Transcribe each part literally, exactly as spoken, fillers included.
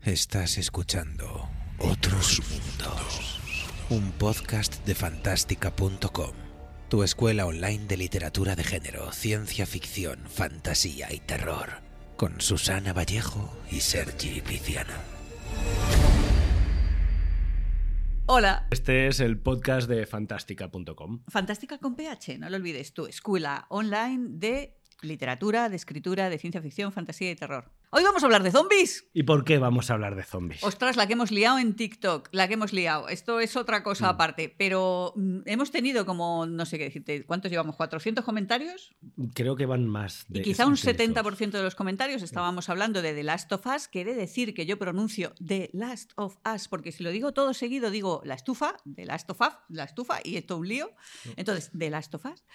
Estás escuchando Otros Mundos, un podcast de fantástica punto com, tu escuela online de literatura de género, ciencia ficción, fantasía y terror, con Susana Vallejo y Sergi Piciano. Hola. Este es el podcast de fantástica punto com. Fantástica con P H, no lo olvides, tu escuela online de literatura, de escritura, de ciencia ficción, fantasía y terror. Hoy vamos a hablar de zombies. ¿Y por qué vamos a hablar de zombies? Ostras, la que hemos liado en TikTok, la que hemos liado. Esto es otra cosa mm. aparte, pero mm, hemos tenido como, no sé qué decirte, ¿cuántos llevamos? ¿cuatrocientos comentarios? Creo que van más. De y quizá un setenta por ciento de los comentarios estábamos hablando de The Last of Us, que he de decir que yo pronuncio The Last of Us, porque si lo digo todo seguido digo la estufa, The Last of Us, la estufa, y esto es un lío. Entonces, The Last of Us.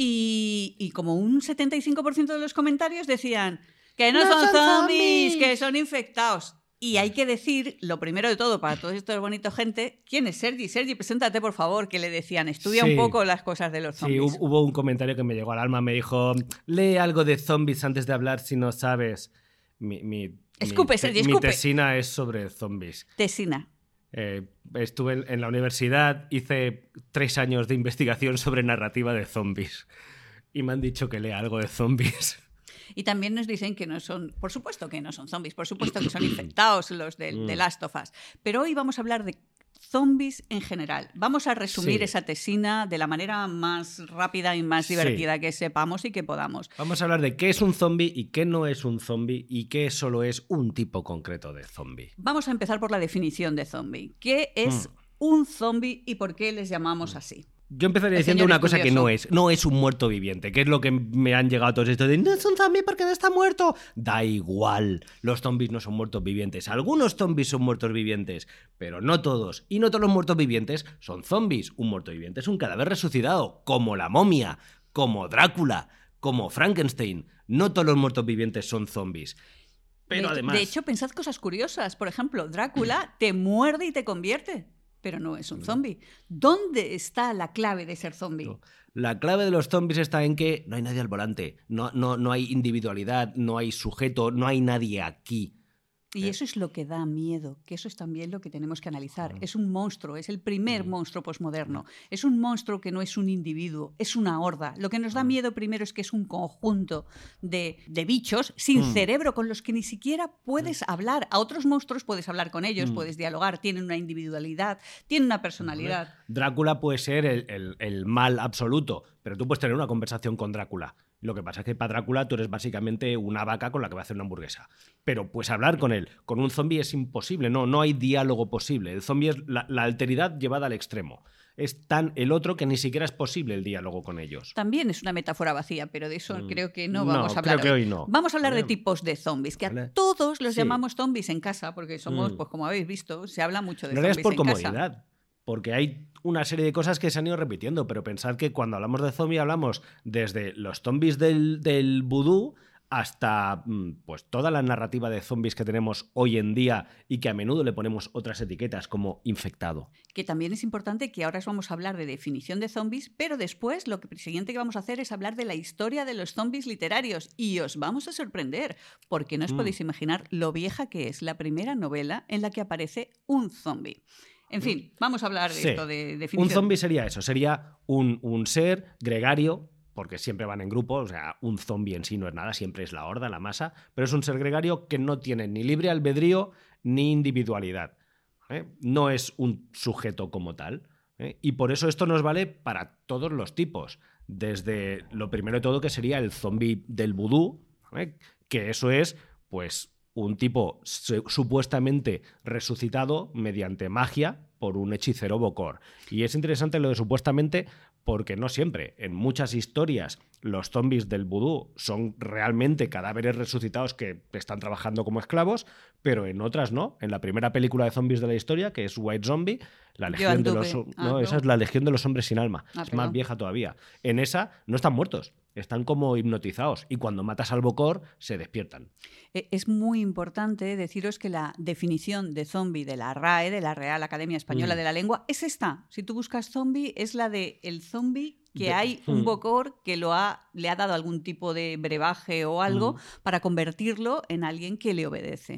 Y, y como un setenta y cinco por ciento de los comentarios decían que no, no son, son zombies, zombies, que son infectados. Y hay que decir, lo primero de todo, para todos estos bonitos gente, ¿quién es Sergi? Sergi, preséntate, por favor, que le decían, estudia sí. un poco las cosas de los zombies. Sí, hubo un comentario que me llegó al alma, me dijo, lee algo de zombies antes de hablar si no sabes. Mi, mi, escupe, mi, Sergi, mi escupe. Mi tesina es sobre zombies. Tesina. Eh, estuve en, en la universidad, hice tres años de investigación sobre narrativa de zombies. Y me han dicho que lea algo de zombies. Y también nos dicen que no son, por supuesto que no son zombies, por supuesto que son infectados los de, de Last of Us. Pero hoy vamos a hablar de zombies en general. Vamos a resumir sí. esa tesina de la manera más rápida y más divertida sí. que sepamos y que podamos. Vamos a hablar de qué es un zombie y qué no es un zombie y qué solo es un tipo concreto de zombie. Vamos a empezar por la definición de zombie. ¿Qué es mm. un zombie y por qué les llamamos mm. así? Yo empezaría diciendo una cosa que no es, no es un muerto viviente, que es lo que me han llegado todos estos de no es un zombie porque no está muerto. Da igual, los zombies no son muertos vivientes. Algunos zombies son muertos vivientes, pero no todos. Y no todos los muertos vivientes son zombies. Un muerto viviente es un cadáver resucitado, como la momia, como Drácula, como Frankenstein. No todos los muertos vivientes son zombies. Pero de, además... de hecho, pensad cosas curiosas. Por ejemplo, Drácula te muerde y te convierte. Pero no es un zombie. ¿Dónde está la clave de ser zombie? No. La clave de los zombies está en que no hay nadie al volante, no, no, no hay individualidad, no hay sujeto, no hay nadie aquí. Y eso es lo que da miedo, que eso es también lo que tenemos que analizar. Es un monstruo, es el primer monstruo posmoderno. Es un monstruo que no es un individuo, es una horda. Lo que nos da miedo primero es que es un conjunto de, de bichos sin mm. cerebro con los que ni siquiera puedes hablar. A otros monstruos puedes hablar con ellos, mm. puedes dialogar, tienen una individualidad, tienen una personalidad. Drácula puede ser el, el, el mal absoluto, pero tú puedes tener una conversación con Drácula. Lo que pasa es que para Drácula tú eres básicamente una vaca con la que va a hacer una hamburguesa. Pero pues hablar con él, con un zombie es imposible, no, no hay diálogo posible. El zombie es la, la alteridad llevada al extremo. Es tan el otro que ni siquiera es posible el diálogo con ellos. También es una metáfora vacía, pero de eso mm. creo que no vamos no, a hablar creo hoy. Que hoy no. Vamos a hablar de tipos de zombies, que ¿Vale? a todos los sí. llamamos zombies en casa, porque somos, mm. pues como habéis visto, se habla mucho de no zombies es por en comodidad. casa. Porque hay una serie de cosas que se han ido repitiendo, pero pensad que cuando hablamos de zombie hablamos desde los zombies del, del vudú hasta pues, toda la narrativa de zombies que tenemos hoy en día y que a menudo le ponemos otras etiquetas como infectado. Que también es importante que ahora os vamos a hablar de definición de zombies, pero después lo que, siguiente que vamos a hacer es hablar de la historia de los zombies literarios y os vamos a sorprender porque no os mm. podéis imaginar lo vieja que es la primera novela en la que aparece un zombie. En fin, vamos a hablar de sí. esto de definición. Un zombie sería eso, sería un, un ser gregario, porque siempre van en grupo, o sea, un zombie en sí no es nada, siempre es la horda, la masa, pero es un ser gregario que no tiene ni libre albedrío ni individualidad. ¿eh? No es un sujeto como tal. ¿eh? Y por eso esto nos vale para todos los tipos. Desde lo primero de todo que sería el zombie del vudú, ¿eh? que eso es, pues... un tipo supuestamente resucitado mediante magia por un hechicero Bokor. Y es interesante lo de supuestamente porque no siempre. En muchas historias los zombies del vudú son realmente cadáveres resucitados que están trabajando como esclavos, pero en otras no. En la primera película de zombies de la historia, que es White Zombie, la legión de los, ah, no, esa no. es la Legión de los Hombres Sin Alma. Ah, es perdón. más vieja todavía. En esa no están muertos. Están como hipnotizados y cuando matas al Bokor se despiertan. Es muy importante deciros que la definición de zombie de la R A E, de la Real Academia Española mm. de la Lengua, es esta. Si tú buscas zombie, es la de el zombie que de, hay un mm. Bokor que lo ha, le ha dado algún tipo de brebaje o algo mm. para convertirlo en alguien que le obedece.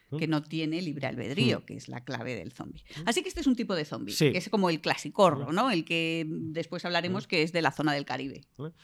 que no tiene libre albedrío, Mm. que es la clave del zombie. Así que este es un tipo de zombie, Sí. que es como el clasicorro, ¿no? El que después hablaremos que es de la zona del Caribe.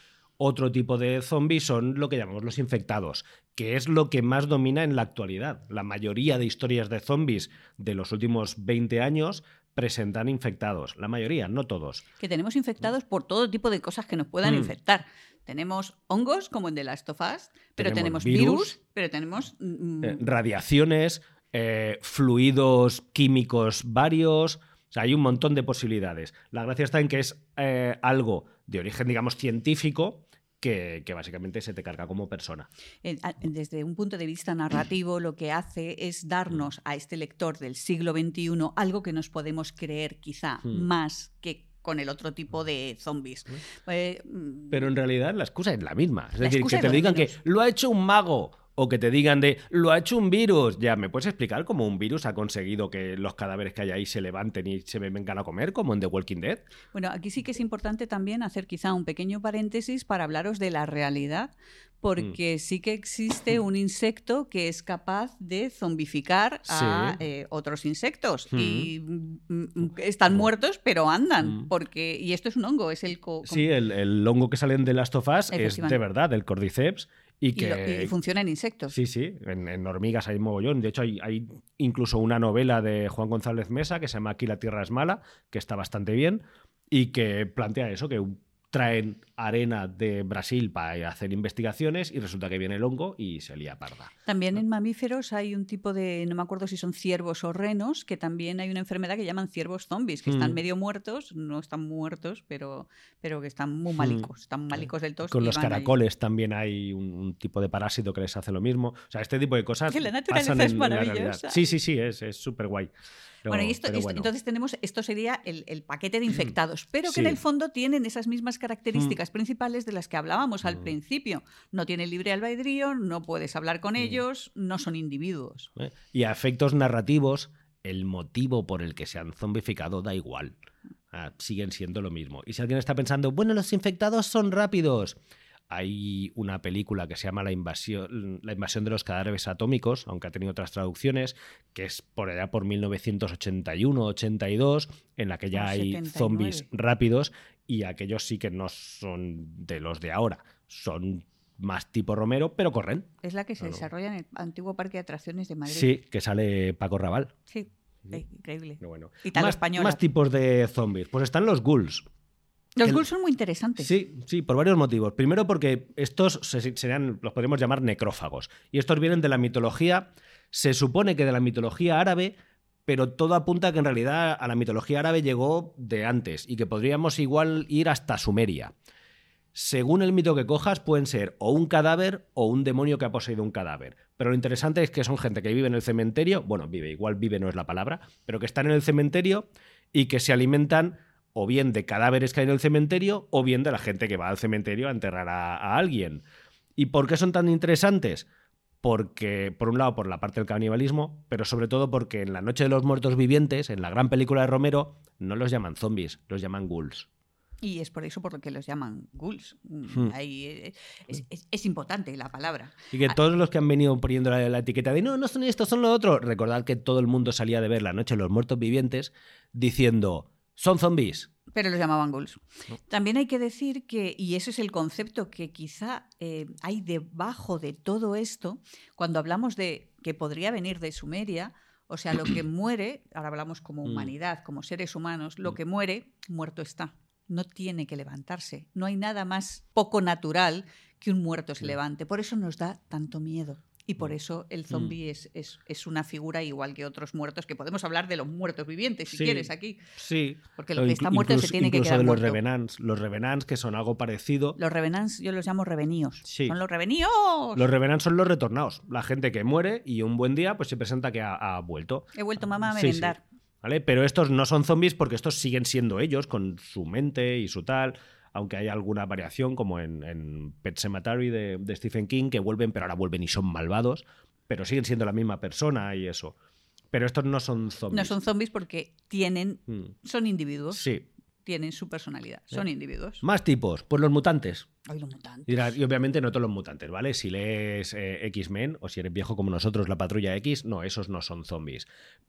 Otro tipo de zombies son lo que llamamos los infectados, que es lo que más domina en la actualidad. La mayoría de historias de zombies de los últimos veinte años presentan infectados. La mayoría, no todos. Que tenemos infectados por todo tipo de cosas que nos puedan Mm. infectar. Tenemos hongos, como en The Last of Us, pero Tenemos tenemos, virus, virus, pero tenemos... mm, Eh, radiaciones, eh, fluidos químicos varios. O sea, hay un montón de posibilidades. La gracia está en que es eh, algo de origen, digamos, científico, que, que básicamente se te carga como persona. eh, a- Desde un punto de vista narrativo, lo que hace es darnos a este lector del siglo veintiuno algo que nos podemos creer quizá Mm. más que con el otro tipo de zombies. Eh, mm, Pero en realidad la excusa es la misma. Es La decir, excusa que es te lo de digan que menos. lo ha hecho un mago o que te digan de lo ha hecho un virus. Ya, ¿me puedes explicar cómo un virus ha conseguido que los cadáveres que hay ahí se levanten y se vengan a comer, como en The Walking Dead? Bueno, aquí sí que es importante también hacer quizá un pequeño paréntesis para hablaros de la realidad, porque sí que existe un insecto que es capaz de zombificar a Sí. eh, otros insectos Mm. y mm, mm, están muertos pero andan, Mm. porque y esto es un hongo, es el co- Sí, el, el hongo que sale en The Last of Us es Efectivamente. de verdad el Cordyceps y y, lo- que... y funciona en insectos. Sí, sí, en, en hormigas hay mogollón. De hecho, hay, hay incluso una novela de Juan González Mesa que se llama Aquí la tierra es mala, que está bastante bien y que plantea eso, que traen arena de Brasil para hacer investigaciones y resulta que viene el hongo y se lía parda. También en mamíferos hay un tipo de, no me acuerdo si son ciervos o renos, que también hay una enfermedad que llaman ciervos zombies, que están Mm. medio muertos, no están muertos, pero, pero que están muy malicos, están malicos del todo. Con y los van ahí. caracoles también hay un, un tipo de parásito que les hace lo mismo. O sea, este tipo de cosas Que la naturaleza pasan es en, en la realidad. maravillosa. Sí, sí, sí, es súper guay. Bueno, y esto, esto- entonces tenemos, esto sería el, el paquete de infectados, pero que Sí. en el fondo tienen esas mismas características principales de las que hablábamos al principio. No tienen libre albedrío, no puedes hablar con ellos, no son individuos. ¿eh? Y a efectos narrativos, el motivo por el que se han zombificado da igual. Ah, siguen siendo lo mismo. Y si alguien está pensando, bueno, los infectados son rápidos. Hay una película que se llama La invasión, La invasión de los cadáveres atómicos, aunque ha tenido otras traducciones, que es por allá por mil novecientos ochenta y uno ochenta y dos, en la que ya O hay setenta y nueve. zombies rápidos y aquellos sí que no son de los de ahora. Son más tipo Romero, pero corren. Es la que se Claro. desarrolla en el antiguo Parque de Atracciones de Madrid. Sí, que sale Paco Raval. Sí, eh, increíble. Pero bueno. Italo más, española. más tipos de zombies. Pues están los ghouls. Los El- ghouls son muy interesantes. Sí, sí, por varios motivos. Primero porque estos se- serían, los podríamos llamar necrófagos. Y estos vienen de la mitología, se supone que de la mitología árabe, pero todo apunta a que en realidad a la mitología árabe llegó de antes y que podríamos igual ir hasta Sumeria. Según el mito que cojas, pueden ser o un cadáver o un demonio que ha poseído un cadáver. Pero lo interesante es que son gente que vive en el cementerio, bueno, vive, igual vive no es la palabra, pero que están en el cementerio y que se alimentan o bien de cadáveres que hay en el cementerio o bien de la gente que va al cementerio a enterrar a, a alguien. ¿Y por qué son tan interesantes? Porque, por un lado, por la parte del canibalismo, pero sobre todo porque en La Noche de los Muertos Vivientes, en la gran película de Romero, no los llaman zombies, los llaman ghouls. Y es por eso por lo que los llaman ghouls. Mm, Hmm. ahí, eh, es, es- es importante la palabra. Y que Ah. todos los que han venido poniendo la, la etiqueta de no, no son estos, son lo otro, recordad que todo el mundo salía de ver La Noche de los Muertos Vivientes diciendo, son zombies. Pero los llamaban ghouls. También hay que decir que, y ese es el concepto que quizá eh, hay debajo de todo esto, cuando hablamos de que podría venir de Sumeria, o sea, lo que muere, ahora hablamos como humanidad, como seres humanos, lo que muere, muerto está. No tiene que levantarse. No hay nada más poco natural que un muerto se levante. Por eso nos da tanto miedo. Y por eso el zombie es, es, es una figura igual que otros muertos, que podemos hablar de los muertos vivientes, si Sí. quieres, aquí. Sí. Porque lo que O está inclu- muerto se incluso- tiene que incluso quedar de los muerto. revenants. Los revenants, que son algo parecido. Los revenants yo los llamo reveníos. Sí. Son los reveníos. Los revenants son los retornados. La gente que muere y un buen día pues se presenta que ha, ha vuelto. He vuelto mamá a Sí, sí. merendar. ¿Vale? Pero estos no son zombies porque estos siguen siendo ellos con su mente y su tal, aunque hay alguna variación como en, en Pet Sematary de, de Stephen King, que vuelven, pero ahora vuelven y son malvados, pero siguen siendo la misma persona y eso. Pero estos no son zombies. No son zombies porque tienen, Mm. son individuos. Sí, tienen su personalidad, son ¿Eh? individuos. Más tipos, pues los mutantes. Ay, los mutantes. Y, dirás, y obviamente no todos los mutantes, ¿vale? Si lees eh, X-Men o si eres viejo como nosotros, la Patrulla X, no, esos no son zombies.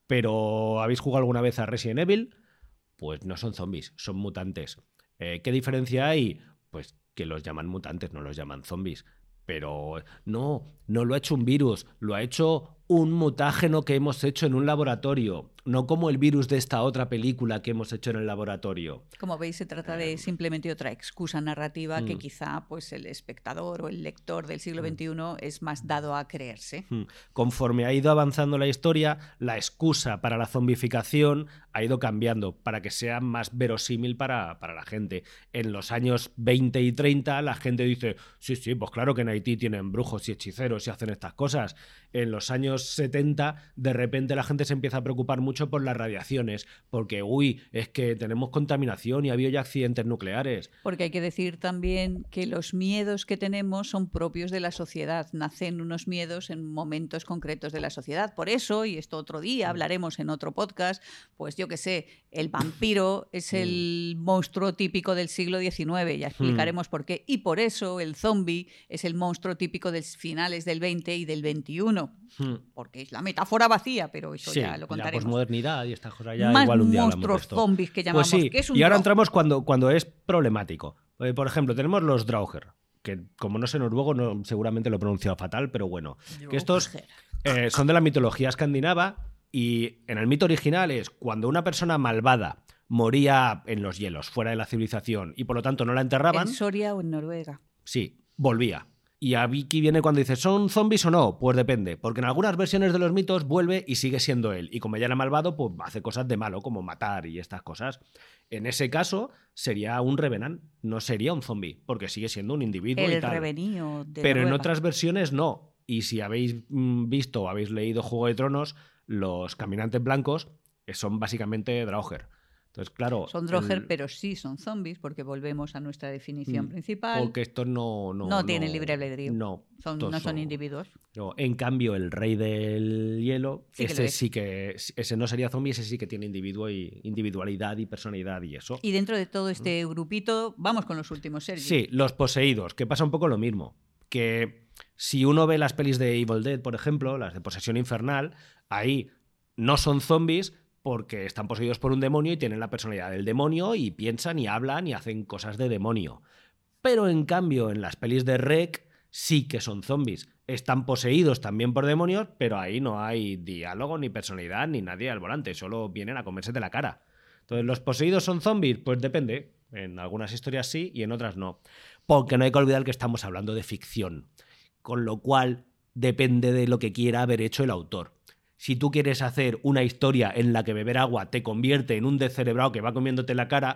Pero ¿habéis jugado alguna vez a Resident Evil? Pues no son zombies, son mutantes. Eh, ¿Qué diferencia hay? Pues que los llaman mutantes, no los llaman zombies. Pero no, no lo ha hecho un virus, lo ha hecho un mutágeno que hemos hecho en un laboratorio, no como el virus de esta otra película que hemos hecho en el laboratorio. Como veis, se trata de simplemente otra excusa narrativa mm. que quizá pues, el espectador o el lector del siglo veintiuno es más dado a creerse. Conforme ha ido avanzando la historia, la excusa para la zombificación ha ido cambiando para que sea más verosímil para, para la gente. En los años veinte y treinta la gente dice, sí, sí, pues claro que en Haití tienen brujos y hechiceros y hacen estas cosas. En los años setenta, de repente la gente se empieza a preocupar mucho por las radiaciones, porque, uy, es que tenemos contaminación y ha habido ya accidentes nucleares. Porque hay que decir también que los miedos que tenemos son propios de la sociedad, nacen unos miedos en momentos concretos de la sociedad. Por eso, y esto otro día hablaremos en otro podcast, pues yo qué sé, el vampiro es el monstruo típico del siglo diecinueve, ya explicaremos por qué, y por eso el zombie es el monstruo típico de finales del veinte y del veintiuno. Porque es la metáfora vacía, pero eso sí, ya lo contaremos. La posmodernidad y estas cosas ya Más igual un día monstruos zombies que llamamos. Pues sí, que es un y ahora trozo. entramos cuando, cuando es problemático. Por ejemplo, tenemos los Draugr, que como no sé noruego, no, seguramente lo he pronunciado fatal, pero bueno, Draugr. Que estos eh, son de la mitología escandinava y en el mito original es cuando una persona malvada moría en los hielos, fuera de la civilización, y por lo tanto no la enterraban. ¿En Soria o en Noruega? Sí, volvía. Y aquí viene cuando dice, ¿son zombies o no? Pues depende, porque en algunas versiones de los mitos vuelve y sigue siendo él. Y como ya era malvado, pues hace cosas de malo, como matar y estas cosas. En ese caso, sería un revenant, no sería un zombie, porque sigue siendo un individuo el y tal. Revenío de Pero Noruega. En otras versiones no. Y si habéis mm, visto o habéis leído Juego de Tronos, los caminantes blancos son básicamente Draugr. Entonces, claro, son Draugr, el... pero sí son zombies, porque volvemos a nuestra definición mm, principal. Porque estos no... No, no, no tienen libre albedrío. No. Son, no son individuos. No, en cambio, el rey del hielo, sí ese sí que... Ese no sería zombie, ese sí que tiene individuo y individualidad y personalidad y eso. Y dentro de todo este grupito, vamos con los últimos, Sergi. Sí, los poseídos, que pasa un poco lo mismo. Que si uno ve las pelis de Evil Dead, por ejemplo, las de Posesión Infernal, ahí no son zombies porque están poseídos por un demonio y tienen la personalidad del demonio y piensan y hablan y hacen cosas de demonio. Pero en cambio en las pelis de R E C sí que son zombies. Están poseídos también por demonios, pero ahí no hay diálogo, ni personalidad, ni nadie al volante. Solo vienen a comerse de la cara. Entonces, ¿los poseídos son zombies? Pues depende. En algunas historias sí y en otras no. Porque no hay que olvidar que estamos hablando de ficción. Con lo cual depende de lo que quiera haber hecho el autor. Si tú quieres hacer una historia en la que beber agua te convierte en un descerebrado que va comiéndote la cara,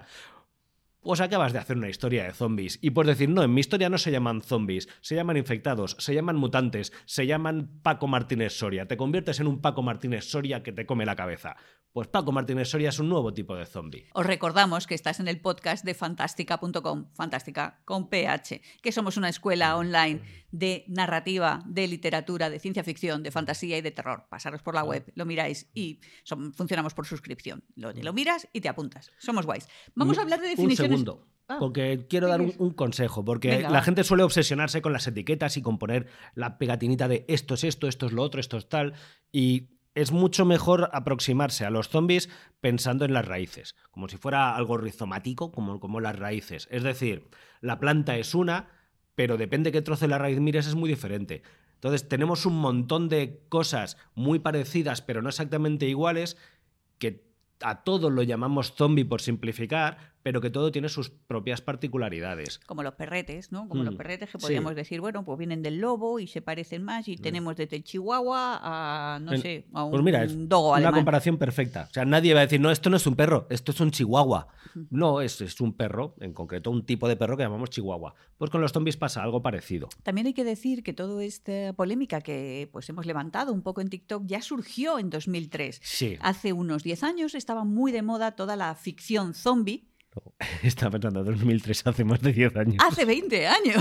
pues acabas de hacer una historia de zombies. Y puedes decir, no, en mi historia no se llaman zombies, se llaman infectados, se llaman mutantes, se llaman Paco Martínez Soria. Te conviertes en un Paco Martínez Soria que te come la cabeza. Pues Paco Martínez Soria es un nuevo tipo de zombie. Os recordamos que estás en el podcast de fantástica punto com, Fantástica con P H, que somos una escuela online de narrativa, de literatura, de ciencia ficción, de fantasía y de terror. Pasaros por la web, lo miráis y son, funcionamos por suscripción. Lo, lo miras y te apuntas. Somos guays. Vamos a hablar de definiciones. Un segundo. Ah, porque quiero dar un, un consejo, porque Venga, la va. gente suele obsesionarse con las etiquetas y con poner la pegatinita de esto es esto, esto es lo otro, esto es tal, y es mucho mejor aproximarse a los zombies pensando en las raíces, como si fuera algo rizomático, como, como las raíces. Es decir, la planta es una, pero depende qué trozo de la raíz mires es muy diferente. Entonces tenemos un montón de cosas muy parecidas, pero no exactamente iguales, que a todos lo llamamos zombie por simplificar, pero que todo tiene sus propias particularidades. Como los perretes, ¿no? Como Mm, los perretes que podríamos sí. decir, bueno, pues vienen del lobo y se parecen más y mm. tenemos desde el chihuahua a, no En, sé, a un pues mira, es dogo una alemán. comparación perfecta. O sea, nadie va a decir, no, esto no es un perro, esto es un chihuahua. No, es, es un perro, en concreto un tipo de perro que llamamos chihuahua. Pues con los zombies pasa algo parecido. También hay que decir que toda esta polémica que pues hemos levantado un poco en TikTok ya surgió en dos mil tres. Sí. Hace unos diez años estaba muy de moda toda la ficción zombie. Estaba pensando, dos mil tres, hace más de diez años. Hace veinte años.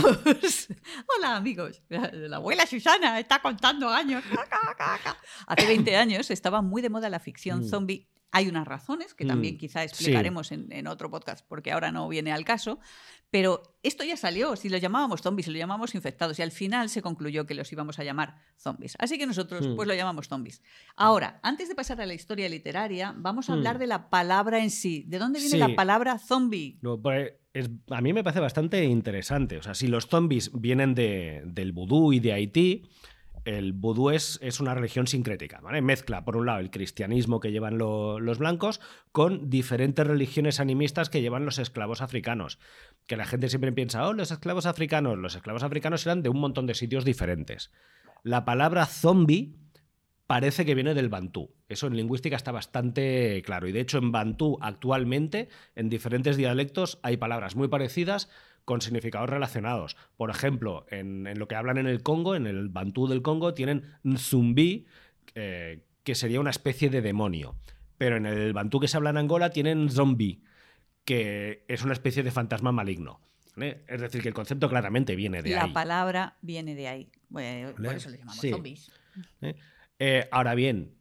Hola, amigos. La, la abuela Susana está contando años. Hace veinte años estaba muy de moda la ficción Mm. zombie Hay unas razones que también Mm, quizá sí. explicaremos en, en otro podcast, porque ahora no viene al caso, pero esto ya salió, si lo llamábamos zombies, si lo llamamos infectados, y al final se concluyó que los íbamos a llamar zombies. Así que nosotros Mm. pues lo llamamos zombies. Ahora, antes de pasar a la historia literaria, vamos a Mm. hablar de la palabra en sí. ¿De dónde viene Sí. la palabra zombie? No, pues, es- a mí me parece bastante interesante. O sea, si los zombies vienen de- del vudú y de Haití, el vudú es, es una religión sincrética, ¿vale? Mezcla, por un lado, el cristianismo que llevan lo- los blancos con diferentes religiones animistas que llevan los esclavos africanos. Que la gente siempre piensa, oh, los esclavos africanos. Los esclavos africanos eran de un montón de sitios diferentes. La palabra zombie parece que viene del bantú. Eso en lingüística está bastante claro. Y de hecho, en bantú actualmente, en diferentes dialectos, hay palabras muy parecidas con significados relacionados. Por ejemplo, en, en lo que hablan en el Congo, en el bantú del Congo, tienen nzumbi, eh, que sería una especie de demonio. Pero en el bantú que se habla en Angola tienen zombie, que es una especie de fantasma maligno. ¿Vale? Es decir, que el concepto claramente viene de La ahí. palabra viene de ahí. Bueno, por ¿Vale? eso le llamamos Sí. zombies. ¿Eh? Eh, ahora bien,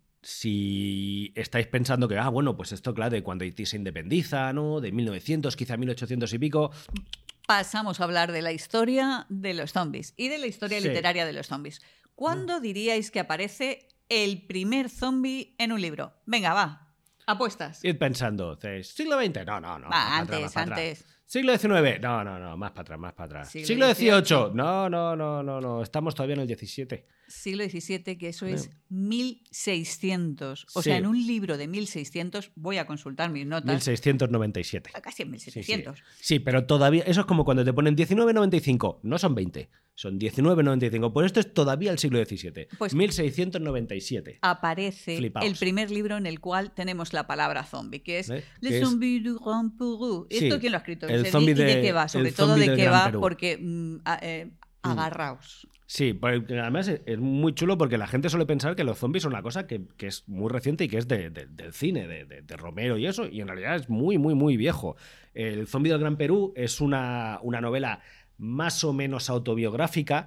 si estáis pensando que, ah, bueno, pues esto, claro, de cuando Haití se independiza, ¿no? De mil novecientos, quizá mil ochocientos y pico. Pasamos a hablar de la historia de los zombies y de la historia Sí. literaria de los zombies. ¿Cuándo diríais que aparece el primer zombie en un libro? Venga, va. Apuestas. Id pensando, ¿decís, ¿siglo veinte? No, no, no. Va, más para antes, atrás, más para atrás. antes. ¿Siglo diecinueve? No, no, no, más para atrás, más para atrás. Siglo ¿Siglo dieciocho? dieciocho. No, no, no, no, no. Estamos todavía en el diecisiete. Siglo diecisiete, que eso es Sí. mil seiscientos. O Sí. sea, en un libro de mil seiscientos, voy a consultar mis notas, mil seiscientos noventa y siete. casi en Sí, sí. mil setecientos. Sí, pero todavía. Eso es como cuando te ponen diecinueve noventa y cinco. No son veinte, son diecinueve noventa y cinco. Pues esto es todavía el siglo diecisiete. Pues- mil seiscientos noventa y siete. Aparece Flipaos. el primer libro en el cual tenemos la palabra zombie, que es ¿Ves? Le Que es- Zombie du Grand Pérou. Sí, ¿Esto quién lo ha escrito? el Sergi, zombie ¿y de de- qué va? el Sobre todo zombie de del qué Gran va, Perú. porque mm, a- eh, agarraos. Sí, porque además es es muy chulo porque la gente suele pensar que los zombies son una cosa que, que es muy reciente y que es de- de- del cine, de, de- de Romero y eso, y en realidad es muy, muy, muy viejo. El zombie del Gran Perú es una, una novela más o menos autobiográfica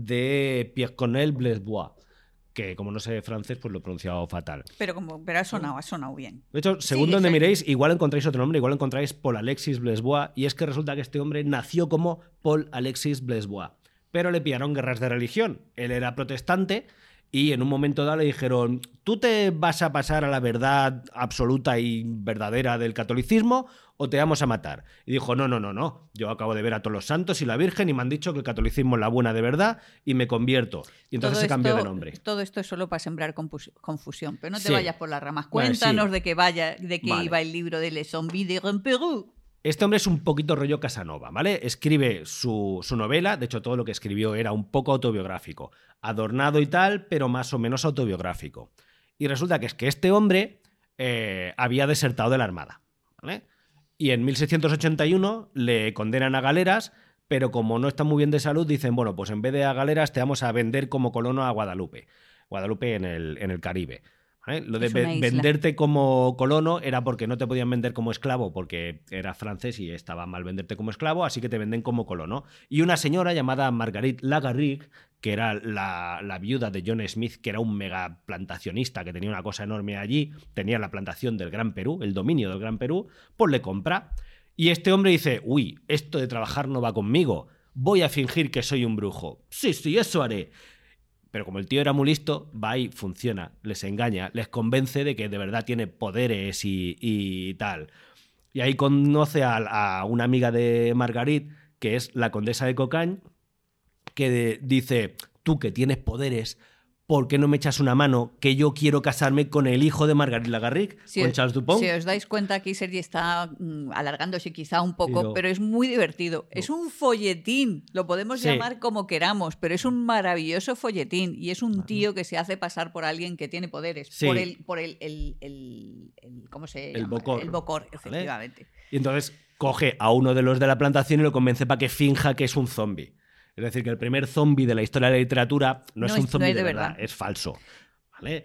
de Pierre-Corneille Blesbois, que como no sé francés, pues lo he pronunciado fatal. Pero como pero ha sonado, ha sonado bien. De hecho, según Sigue, donde Sergi. miréis, igual encontráis otro nombre, igual encontráis Paul Alexis Blesbois, y es que resulta que este hombre nació como Paul Alexis Blesbois, pero le pillaron guerras de religión. Él era protestante y en un momento dado le dijeron, ¿tú te vas a pasar a la verdad absoluta y verdadera del catolicismo o te vamos a matar? Y dijo, no, no, no, no, yo acabo de ver a todos los santos y la Virgen y me han dicho que el catolicismo es la buena de verdad y me convierto. Y entonces Todo se cambió esto- de nombre. Todo esto es solo para sembrar compus- confusión, pero no te Sí. vayas por las ramas. Vale, Cuéntanos sí. de qué vaya, de qué Vale. iba el libro de Les Zombies de Grand Pérou. Este hombre es un poquito rollo Casanova, ¿vale? Escribe su, su novela, de hecho todo lo que escribió era un poco autobiográfico, adornado y tal, pero más o menos autobiográfico. Y resulta que es que este hombre eh, había desertado de la Armada, ¿vale? Y en mil seiscientos ochenta y uno le condenan a galeras, pero como no está muy bien de salud, dicen, bueno, pues en vez de a galeras te vamos a vender como colono a Guadalupe. Guadalupe en el, en el Caribe. ¿Vale? Lo de Es una ve- isla. venderte como colono era porque no te podían vender como esclavo porque era francés y estaba mal venderte como esclavo, así que te venden como colono. Y una señora llamada Marguerite Lagarrigue, que era la, la viuda de John Smith, que era un mega plantacionista que tenía una cosa enorme allí, tenía la plantación del Gran Perú, el dominio del Gran Perú, pues le compra. Y este hombre dice, uy, esto de trabajar no va conmigo, voy a fingir que soy un brujo. Sí, sí, eso haré. Pero como el tío era muy listo, va y funciona, les engaña, les convence de que de verdad tiene poderes y, y tal. Y ahí conoce a, a una amiga de Marguerite, que es la condesa de Cocagne, que de- dice, tú que tienes poderes, ¿por qué no me echas una mano? Que yo quiero casarme con el hijo de Marguerite Lagarrigue, Si con os, Charles Dupont. si os dais cuenta, aquí Sergi está mm, alargándose quizá un poco, Pero- pero es muy divertido. Es un folletín, lo podemos Sí. llamar como queramos, pero es un maravilloso folletín y es un tío que se hace pasar por alguien que tiene poderes, Sí. por el, por el, el, el- el- ¿cómo se El llama? bocor. El bocor, efectivamente. Y entonces coge a uno de los de la plantación y lo convence para que finja que es un zombie. Es decir, que el primer zombie de la historia de la literatura no, No es un es- no zombie es de, de verdad, verdad. es falso. ¿Vale?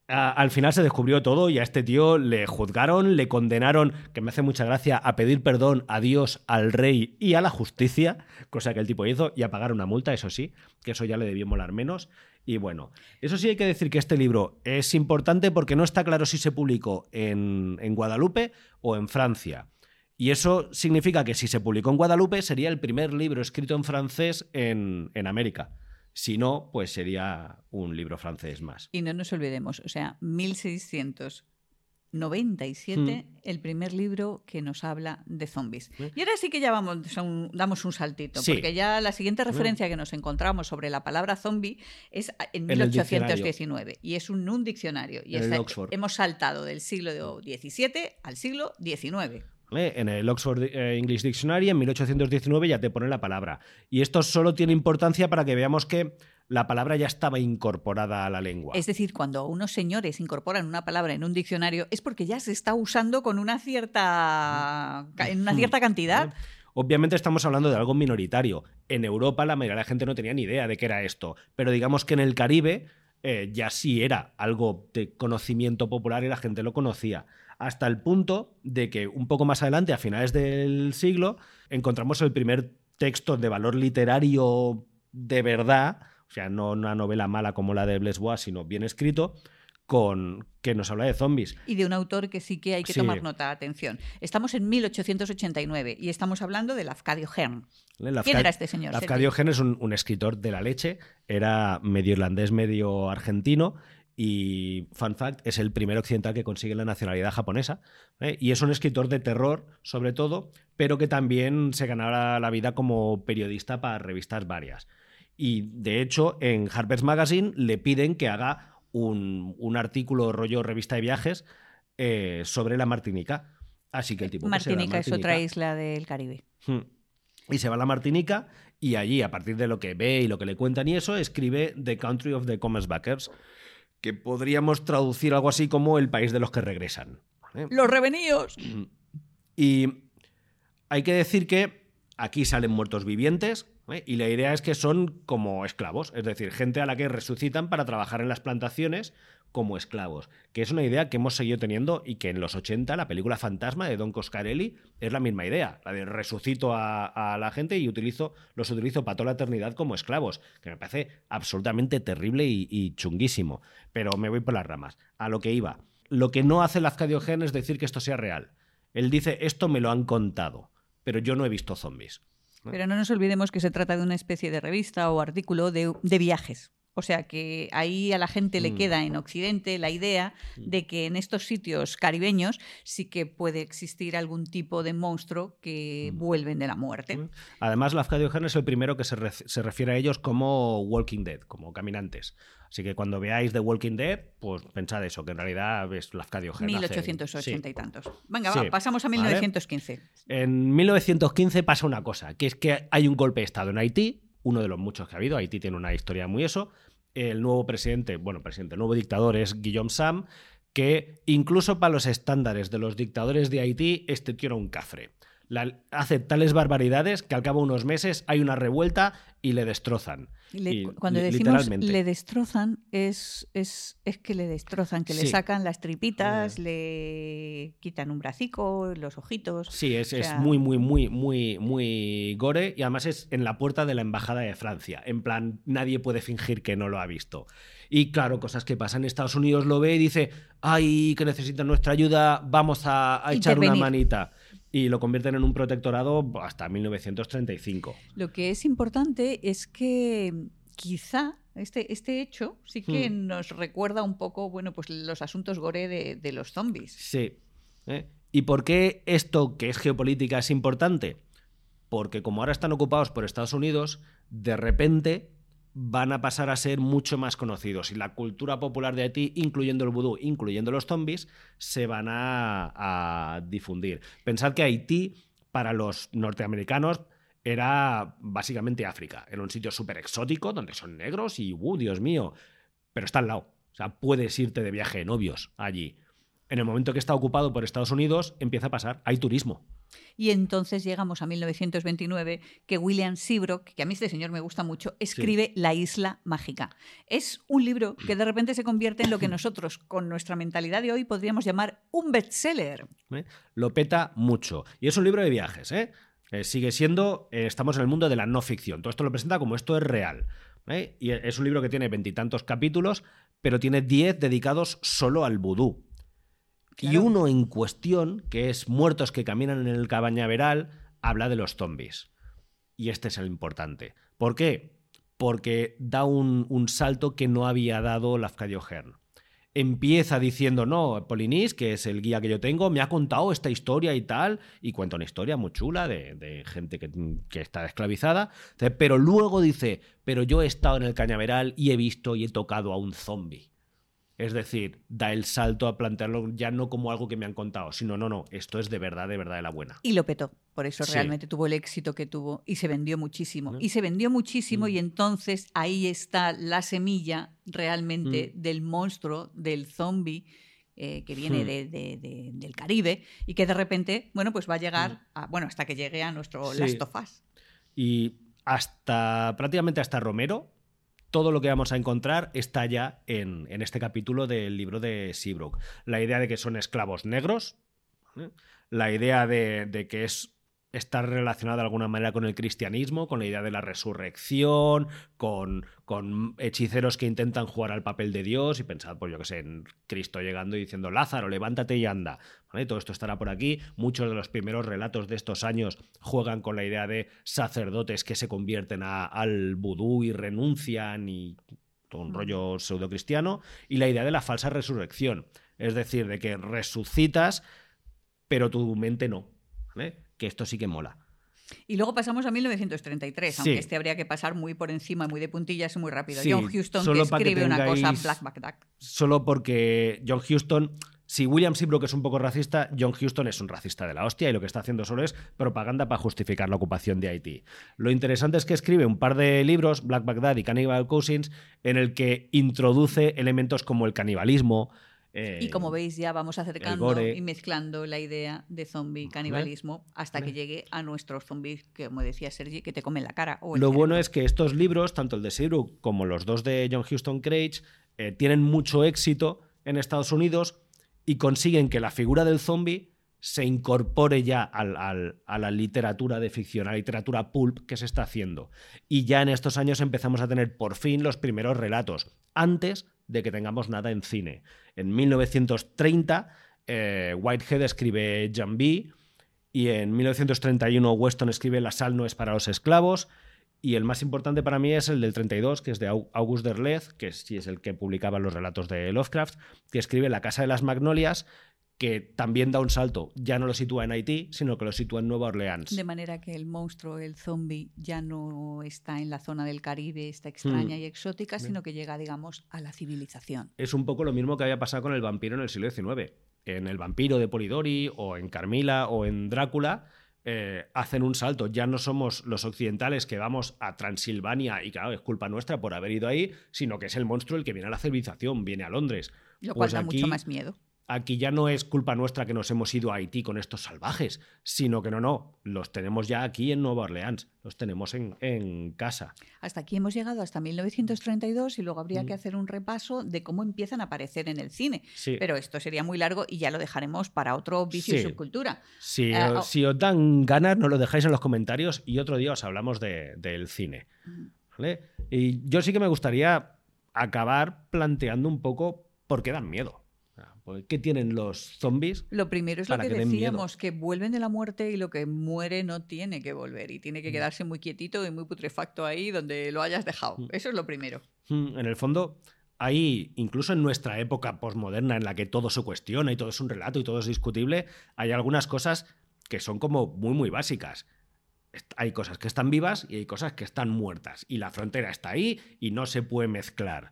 a, al final se descubrió todo y a este tío le juzgaron, le condenaron, que me hace mucha gracia, a pedir perdón a Dios, al rey y a la justicia, cosa que el tipo hizo, y a pagar una multa, eso sí, que eso ya le debió molar menos. Y bueno, eso sí hay que decir que este libro es importante porque no está claro si se publicó en, en Guadalupe o en Francia. Y eso significa que si se publicó en Guadalupe sería el primer libro escrito en francés en, en América. Si no, pues sería un libro francés más. Y no nos olvidemos, o sea, mil seiscientos noventa y siete, mm. el primer libro que nos habla de zombies. ¿Eh? Y ahora sí que ya vamos a un, damos un saltito, sí. porque ya la siguiente referencia mm. que nos encontramos sobre la palabra zombie es en, en mil ochocientos diecinueve y es un, un diccionario. Y está, hemos saltado del siglo diecisiete al siglo diecinueve. En el Oxford English Dictionary en mil ochocientos diecinueve ya te pone la palabra. Y esto solo tiene importancia para que veamos que la palabra ya estaba incorporada a la lengua. Es decir, cuando unos señores incorporan una palabra en un diccionario es porque ya se está usando con una cierta, en una cierta cantidad. Obviamente estamos hablando de algo minoritario. En Europa la mayoría de la gente no tenía ni idea de qué era esto. Pero digamos que en el Caribe eh, ya sí era algo de conocimiento popular y la gente lo conocía. Hasta el punto de que un poco más adelante, a finales del siglo, encontramos el primer texto de valor literario de verdad, o sea, no una novela mala como la de Blaise Bois, sino bien escrito, con, que nos habla de zombies. Y de un autor que sí que hay que sí. tomar nota, atención. Estamos en mil ochocientos ochenta y nueve y estamos hablando de Lafcadio Hearn. Lafcadio, ¿Quién era este señor? Lafcadio Hearn es un, un escritor de la leche, era medio irlandés, medio argentino. Y, fun fact, es el primer occidental que consigue la nacionalidad japonesa. ¿eh? Y es un escritor de terror, sobre todo, pero que también se ganaba la vida como periodista para revistas varias. Y, de hecho, en Harper's Magazine le piden que haga un, un artículo rollo revista de viajes eh, sobre la Martinica. Así que el tipo... Martinica, pues, es otra isla del Caribe. Hmm. Y se va a la Martinica y allí, a partir de lo que ve y lo que le cuentan y eso, escribe The Country of the Commercebackers, que podríamos traducir algo así como el país de los que regresan. ¿eh? ¡Los reveníos! Y hay que decir que aquí salen muertos vivientes, ¿eh? y la idea es que son como esclavos, es decir, gente a la que resucitan para trabajar en las plantaciones como esclavos, que es una idea que hemos seguido teniendo y que en los ochenta la película Fantasma de Don Coscarelli es la misma idea, la de resucito a, a la gente y utilizo, los utilizo para toda la eternidad como esclavos, que me parece absolutamente terrible y, y chunguísimo, pero me voy por las ramas. A lo que iba, lo que no hace Lafcadio Hearn es decir que esto sea real. Él dice, esto me lo han contado, pero yo no he visto zombies. Pero no nos olvidemos que se trata de una especie de revista o artículo de, de viajes. O sea que ahí a la gente le queda en Occidente la idea de que en estos sitios caribeños sí que puede existir algún tipo de monstruo que vuelven de la muerte. Además, Lafcadio Hearn es el primero que se, re- se refiere a ellos como Walking Dead, como caminantes. Así que cuando veáis The Walking Dead, pues pensad eso, que en realidad es Lafcadio Hearn. mil ochocientos ochenta hace... y tantos. Venga, sí. va, pasamos a mil novecientos quince. ¿Vale? En mil novecientos quince pasa una cosa, que es que hay un golpe de Estado en Haití, uno de los muchos que ha habido. Haití tiene una historia muy eso. El nuevo presidente, bueno, presidente, el nuevo dictador es Guillaume Sam, que incluso para los estándares de los dictadores de Haití, este tío era un cafre. La, hace tales barbaridades que al cabo de unos meses hay una revuelta y le destrozan. Le, y, cuando decimos le destrozan, es, es, es que le destrozan, que sí. le sacan las tripitas, uh. le quitan un bracico, los ojitos. Sí, es, o sea... es muy, muy, muy, muy, muy gore y además es en la puerta de la embajada de Francia. En plan, nadie puede fingir que no lo ha visto. Y claro, cosas que pasan. Estados Unidos lo ve y dice, ay, que necesitan nuestra ayuda, vamos a, a echar una manita. Y lo convierten en un protectorado hasta mil novecientos treinta y cinco. Lo que es importante es que quizá este, este hecho sí que hmm. nos recuerda un poco, bueno, pues los asuntos gore de, de los zombies. Sí. ¿Eh? ¿Y por qué esto, que es geopolítica, es importante? Porque como ahora están ocupados por Estados Unidos, de repente van a pasar a ser mucho más conocidos y la cultura popular de Haití, incluyendo el vudú, incluyendo los zombies, se van a, a difundir. Pensad que Haití, para los norteamericanos, era básicamente África. Era un sitio súper exótico donde son negros y, ¡uh, Dios mío! Pero está al lado. O sea, puedes irte de viaje de novios allí. En el momento que está ocupado por Estados Unidos, empieza a pasar, hay turismo. Y entonces llegamos a mil novecientos veintinueve, que William Seabrook, que a mí este señor me gusta mucho, escribe sí. La isla mágica. Es un libro que de repente se convierte en lo que nosotros, con nuestra mentalidad de hoy, podríamos llamar un bestseller. ¿Eh? Lo peta mucho. Y es un libro de viajes, ¿eh? Eh, sigue siendo, eh, estamos en el mundo de la no ficción. Todo esto lo presenta como esto es real. ¿Eh? Y es un libro que tiene veintitantos capítulos, pero tiene diez dedicados solo al vudú. Claro. Y uno en cuestión, que es Muertos que caminan en el cañaveral, habla de los zombies. Y este es el importante. ¿Por qué? Porque da un, un salto que no había dado Lafcadio Hearn. Empieza diciendo, no, Polynice, que es el guía que yo tengo, me ha contado esta historia y tal, y cuenta una historia muy chula de, de gente que, que está esclavizada, pero luego dice, pero yo he estado en el cañaveral y he visto y he tocado a un zombie. Es decir, da el salto a plantearlo ya no como algo que me han contado, sino no, no, esto es de verdad, de verdad de la buena. Y lo petó, por eso sí. realmente tuvo el éxito que tuvo y se vendió muchísimo. ¿No? Y se vendió muchísimo mm. y entonces ahí está la semilla realmente mm. del monstruo, del zombie eh, que viene mm. de, de, de, del Caribe y que de repente, bueno, pues va a llegar, mm. a, bueno, hasta que llegue a nuestro sí. Last of Us. Y hasta, prácticamente hasta Romero, todo lo que vamos a encontrar está ya en, en este capítulo del libro de Seabrook. La idea de que son esclavos negros, ¿eh? La idea de, de que es estar relacionado de alguna manera con el cristianismo, con la idea de la resurrección, con, con hechiceros que intentan jugar al papel de Dios y pensad, pues yo qué sé, en Cristo llegando y diciendo Lázaro, levántate y anda. ¿Vale? Todo esto estará por aquí. Muchos de los primeros relatos de estos años juegan con la idea de sacerdotes que se convierten a, al vudú y renuncian y todo un rollo pseudocristiano. Y la idea de la falsa resurrección, es decir, de que resucitas pero tu mente no, ¿vale? Que esto sí que mola. Y luego pasamos a mil novecientos treinta y tres, sí. aunque este habría que pasar muy por encima, muy de puntillas y muy rápido. Sí, John Huston que escribe que una cosa, Black Bagdad. Solo porque John Huston, si William Seabrook es un poco racista, John Huston es un racista de la hostia y lo que está haciendo solo es propaganda para justificar la ocupación de Haití. Lo interesante es que escribe un par de libros, Black Bagdad y Cannibal Cousins, en el que introduce elementos como el canibalismo. Eh, y como veis ya vamos acercando y mezclando la idea de zombie canibalismo ¿Vale? hasta ¿Vale? que llegue a nuestros zombies, que como decía Sergi, que te comen la cara. O el Lo cerebro. bueno es que estos libros, tanto el de Seabrook como los dos de John Huston Craig, eh, tienen mucho éxito en Estados Unidos y consiguen que la figura del zombie se incorpore ya al, al, a la literatura de ficción, a la literatura pulp que se está haciendo. Y ya en estos años empezamos a tener por fin los primeros relatos, antes de que tengamos nada en cine. En mil novecientos treinta, eh, Whitehead escribe Jambi, y en mil novecientos treinta y uno Weston escribe La sal no es para los esclavos, y el más importante para mí es el del treinta y dos, que es de August Derleth, que sí es el que publicaba los relatos de Lovecraft, que escribe La casa de las magnolias, que también da un salto. Ya no lo sitúa en Haití, sino que lo sitúa en Nueva Orleans. De manera que el monstruo, el zombie, ya no está en la zona del Caribe, está extraña mm. y exótica, sino que llega, digamos, a la civilización. Es un poco lo mismo que había pasado con el vampiro en el siglo diecinueve. En El vampiro de Polidori, o en Carmila, o en Drácula, eh, hacen un salto. Ya no somos los occidentales que vamos a Transilvania, y claro, es culpa nuestra por haber ido ahí, sino que es el monstruo el que viene a la civilización, viene a Londres. Lo pues cual da aquí, mucho más miedo. Aquí ya no es culpa nuestra que nos hemos ido a Haití con estos salvajes, sino que no, no, los tenemos ya aquí en Nueva Orleans, los tenemos en, en casa. Hasta aquí hemos llegado hasta mil novecientos treinta y dos y luego habría mm. que hacer un repaso de cómo empiezan a aparecer en el cine. Sí. Pero esto sería muy largo y ya lo dejaremos para otro vicio sí. y subcultura. Si, uh, os, si os dan ganas, nos lo dejáis en los comentarios y otro día os hablamos de, del cine. ¿Vale? Y yo sí que me gustaría acabar planteando un poco por qué dan miedo. ¿Qué tienen los zombies? Lo primero es lo que, que decíamos, que vuelven de la muerte y lo que muere no tiene que volver y tiene que quedarse muy quietito y muy putrefacto ahí donde lo hayas dejado. Eso es lo primero. En el fondo, hay, incluso en nuestra época posmoderna en la que todo se cuestiona y todo es un relato y todo es discutible, hay algunas cosas que son como muy, muy básicas. Hay cosas que están vivas y hay cosas que están muertas. Y la frontera está ahí y no se puede mezclar.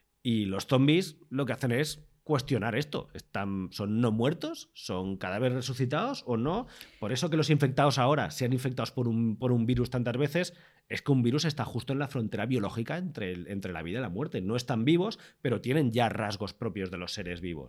Y los zombies lo que hacen es cuestionar esto. Están, ¿Son no muertos? ¿Son cadáveres resucitados o no? Por eso que los infectados ahora sean infectados por un, por un virus tantas veces, es que un virus está justo en la frontera biológica entre, el, entre la vida y la muerte. No están vivos, pero tienen ya rasgos propios de los seres vivos.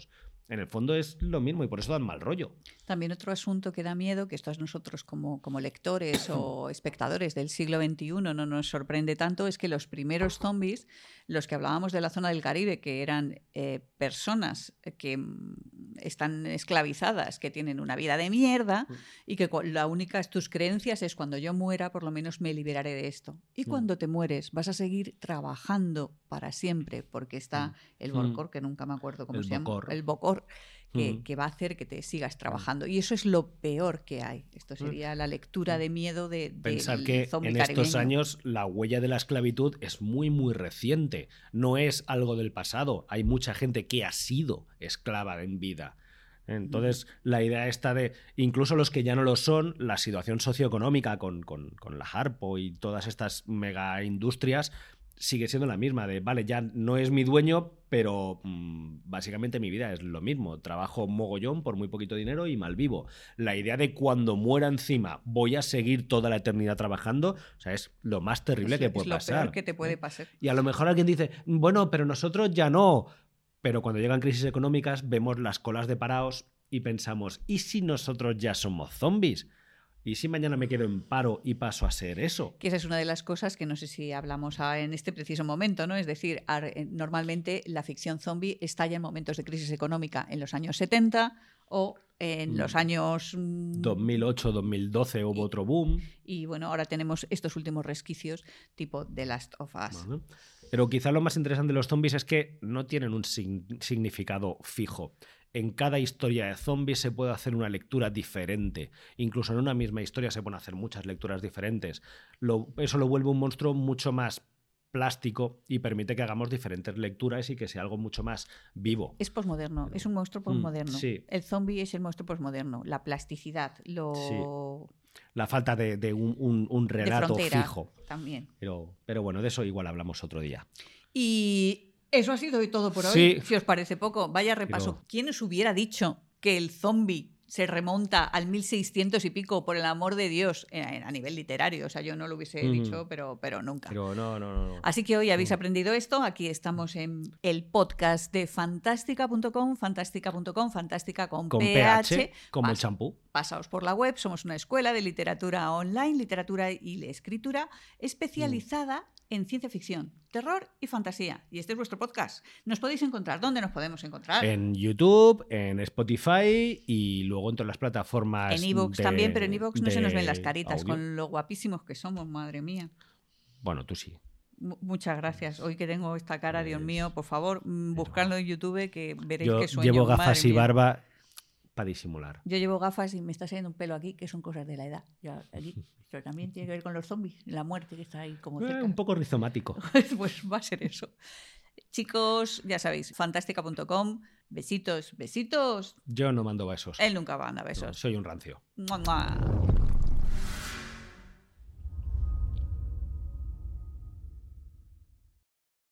en el fondo es lo mismo y por eso dan mal rollo. También otro asunto que da miedo, que esto a nosotros como, como lectores o espectadores del siglo veintiuno no nos sorprende tanto, es que los primeros zombies, los que hablábamos de la zona del Caribe, que eran eh, personas que mm, están esclavizadas, que tienen una vida de mierda y que la única, tus creencias es cuando yo muera por lo menos me liberaré de esto. Y cuando te mueres vas a seguir trabajando para siempre porque está el Bocor, que nunca me acuerdo cómo el se llama, Bocor. el Bocor. Que, Mm. que va a hacer que te sigas trabajando. Y eso es lo peor que hay. Esto sería la lectura de miedo de, de Pensar que zombie en estos caribeño. años la huella de la esclavitud es muy, muy reciente. No es algo del pasado. Hay mucha gente que ha sido esclava en vida. Entonces, la idea está de, incluso los que ya no lo son, la situación socioeconómica con, con, con la Harpo y todas estas mega industrias sigue siendo la misma, de vale, ya no es mi dueño, pero mmm, básicamente mi vida es lo mismo. Trabajo mogollón por muy poquito dinero y malvivo. La idea de cuando muera encima voy a seguir toda la eternidad trabajando, o sea, es lo más terrible es, que es puede lo pasar. peor que te puede ¿eh? pasar. Y a lo mejor alguien dice, bueno, pero nosotros ya no. Pero cuando llegan crisis económicas vemos las colas de paraos y pensamos, ¿y si nosotros ya somos zombies? ¿Y si mañana me quedo en paro y paso a ser eso? Que esa es una de las cosas que no sé si hablamos en este preciso momento, ¿no? Es decir, normalmente la ficción zombie estalla en momentos de crisis económica en los años setenta o en los años... dos mil ocho, dos mil doce hubo otro boom. Y bueno, ahora tenemos estos últimos resquicios tipo The Last of Us. Bueno, pero quizá lo más interesante de los zombies es que no tienen un sig- significado fijo. En cada historia de zombies se puede hacer una lectura diferente. Incluso en una misma historia se pueden hacer muchas lecturas diferentes. Lo, eso lo vuelve un monstruo mucho más plástico y permite que hagamos diferentes lecturas y que sea algo mucho más vivo. Es posmoderno, Pero... es un monstruo posmoderno. Mm, sí. El zombie es el monstruo posmoderno. La plasticidad, lo... Sí. La falta de, de un, un, un relato de frontera, fijo. También. Pero, pero bueno, de eso igual hablamos otro día. Y... Eso ha sido todo por hoy, sí. si os parece poco. Vaya repaso. Pero... ¿Quién os hubiera dicho que el zombie se remonta al mil seiscientos y pico, por el amor de Dios, a nivel literario? O sea, yo no lo hubiese mm. dicho, pero, pero nunca. Pero no, no, no, no. Así que hoy habéis aprendido esto. Aquí estamos en el podcast de fantástica punto com, fantástica punto com, fantástica con, con P P-H, H, como Pas- el champú. Pasaos por la web, somos una escuela de literatura online, literatura y escritura especializada mm. en ciencia ficción, terror y fantasía. Y este es vuestro podcast. Nos podéis encontrar. ¿Dónde nos podemos encontrar? En YouTube, en Spotify y luego en todas las plataformas. En iVoox también, pero en iVoox no se nos ven las caritas audio. con lo guapísimos que somos, madre mía. Bueno, tú sí. M- muchas gracias. Hoy que tengo esta cara, pues, Dios mío, por favor, buscadlo en YouTube que veréis Yo que sueño. llevo gafas madre y mía. barba para disimular. Yo llevo gafas y me está saliendo un pelo aquí, que son cosas de la edad. Ya, aquí. Pero también tiene que ver con los zombies, la muerte que está ahí como cerca. Eh, un poco rizomático. Pues va a ser eso. Chicos, ya sabéis, fantástica punto com. Besitos, besitos. Yo no mando besos. Él nunca manda besos. No, soy un rancio. ¡Mua, mua!